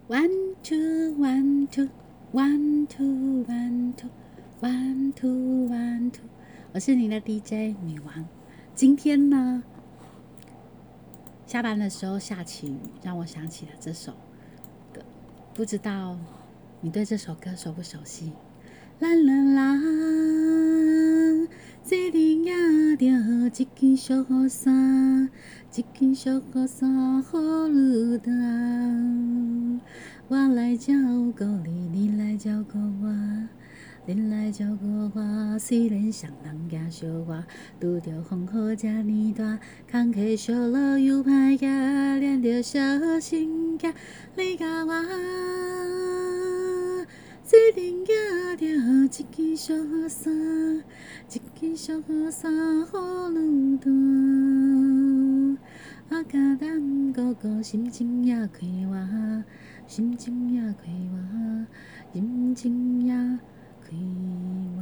One two one two one two one two one two one two， 我是你的 DJ 女王。今天呢，下班的时候下起雨，让我想起了这首歌。不知道你对这首歌熟不熟悉？啦啦啦，这里也着一件小雨伞，一件小雨伞雨你担。我来照顾你，你来照顾我，你来照顾我。虽然双人行小我，拄着风雨这呢大，坎坷小路又歹行，咱着小心行。你甲我，这阵行着一件小雨伞，一件小雨伞雨你担。我敢担顾顾，心情也快活，心情也快活，心情也快活。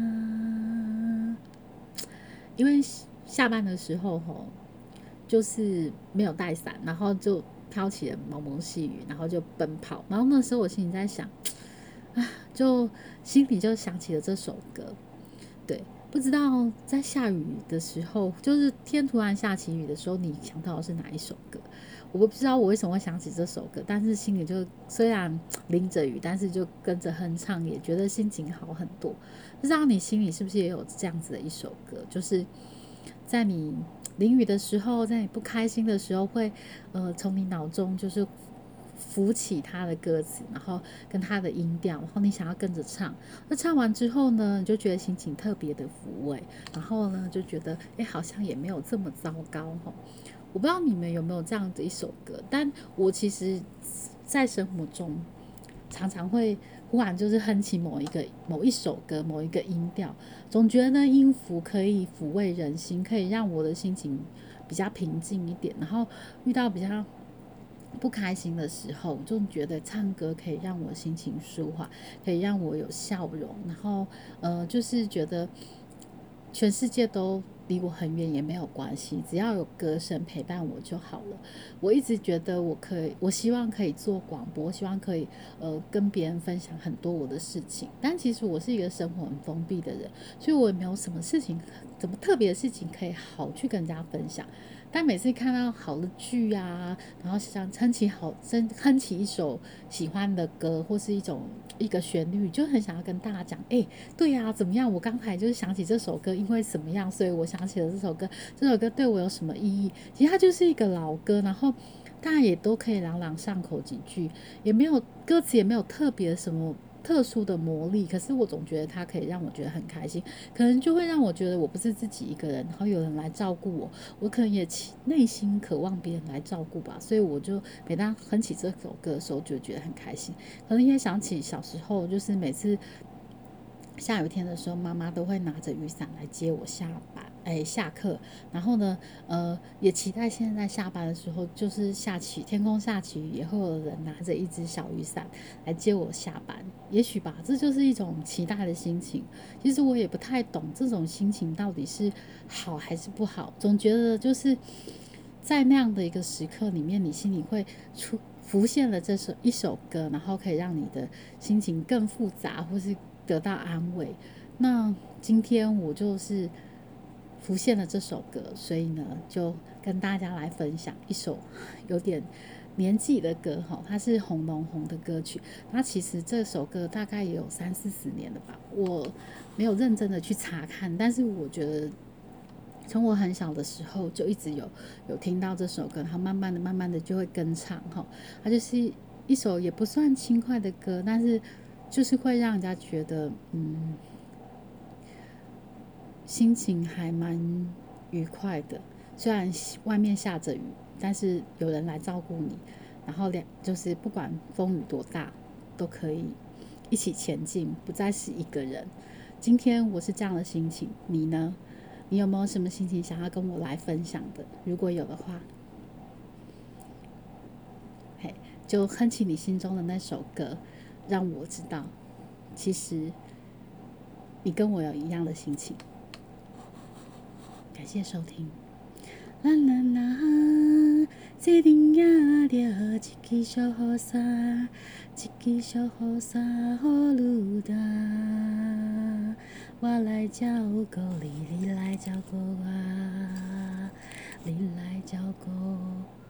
因为下班的时候吼，就是没有带伞，然后就飘起了蒙蒙细雨，然后就奔跑。然后那时候我心里在想，就心里就想起了这首歌。对，不知道在下雨的时候，就是天突然下起雨的时候，你想到的是哪一首歌？我不知道我为什么会想起这首歌，但是心里就虽然淋着雨，但是就跟着哼唱，也觉得心情好很多。不知道你心里是不是也有这样子的一首歌，就是在你淋雨的时候，在你不开心的时候，会从你脑中就是浮起他的歌词，然后跟他的音调，然后你想要跟着唱。那唱完之后呢，你就觉得心情特别的抚慰，然后呢就觉得好像也没有这么糟糕吼。我不知道你们有没有这样的一首歌，但我其实在生活中常常会忽然就是哼起某一首歌某一个音调，总觉得那音符可以抚慰人心，可以让我的心情比较平静一点，然后遇到比较不开心的时候，就觉得唱歌可以让我心情舒缓，可以让我有笑容，然后就是觉得全世界都离我很远也没有关系，只要有歌声陪伴我就好了。我一直觉得我希望可以做广播，希望可以跟别人分享很多我的事情。但其实我是一个生活很封闭的人，所以我也没有什么特别的事情可以好去跟人家分享。但每次看到好的剧啊，然后想哼起一首喜欢的歌，或是一个旋律，就很想要跟大家讲，对呀，怎么样？我刚才就是想起这首歌，因为怎么样，所以我想起了这首歌。这首歌对我有什么意义？其实它就是一个老歌，然后大家也都可以朗朗上口几句，也没有歌词，也没有特别什么特殊的魔力，可是我总觉得它可以让我觉得很开心，可能就会让我觉得我不是自己一个人，然后有人来照顾我，我可能也内心渴望别人来照顾吧，所以我就每当哼起这首歌的时候，就觉得很开心。可能也想起小时候，就是每次下雨天的时候，妈妈都会拿着雨伞来接我下课。然后呢，也期待现在下班的时候，就是天空下起雨，也会有人拿着一只小雨伞来接我下班。也许吧，这就是一种期待的心情。其实我也不太懂这种心情到底是好还是不好，总觉得就是在那样的一个时刻里面，你心里会浮现了一首歌，然后可以让你的心情更复杂，或是得到安慰。那今天我就是浮现了这首歌，所以呢，就跟大家来分享一首有点年纪的歌哈，它是红龙红的歌曲。那其实这首歌大概也有30-40年了吧，我没有认真的去查看，但是我觉得从我很小的时候就一直有听到这首歌，然后慢慢的就会跟唱哈。它就是一首也不算轻快的歌，但是就是会让人家觉得心情还蛮愉快的。虽然外面下着雨，但是有人来照顾你，然后就是不管风雨多大，都可以一起前进，不再是一个人。今天我是这样的心情，你呢？你有没有什么心情想要跟我来分享的？如果有的话，就哼起你心中的那首歌，让我知道，其实你跟我有一样的心情。感谢收听。啦啦啦， 这阵也着一支小雨伞，一支小雨伞予你担。我来照顾你，你来照顾我，你来照顾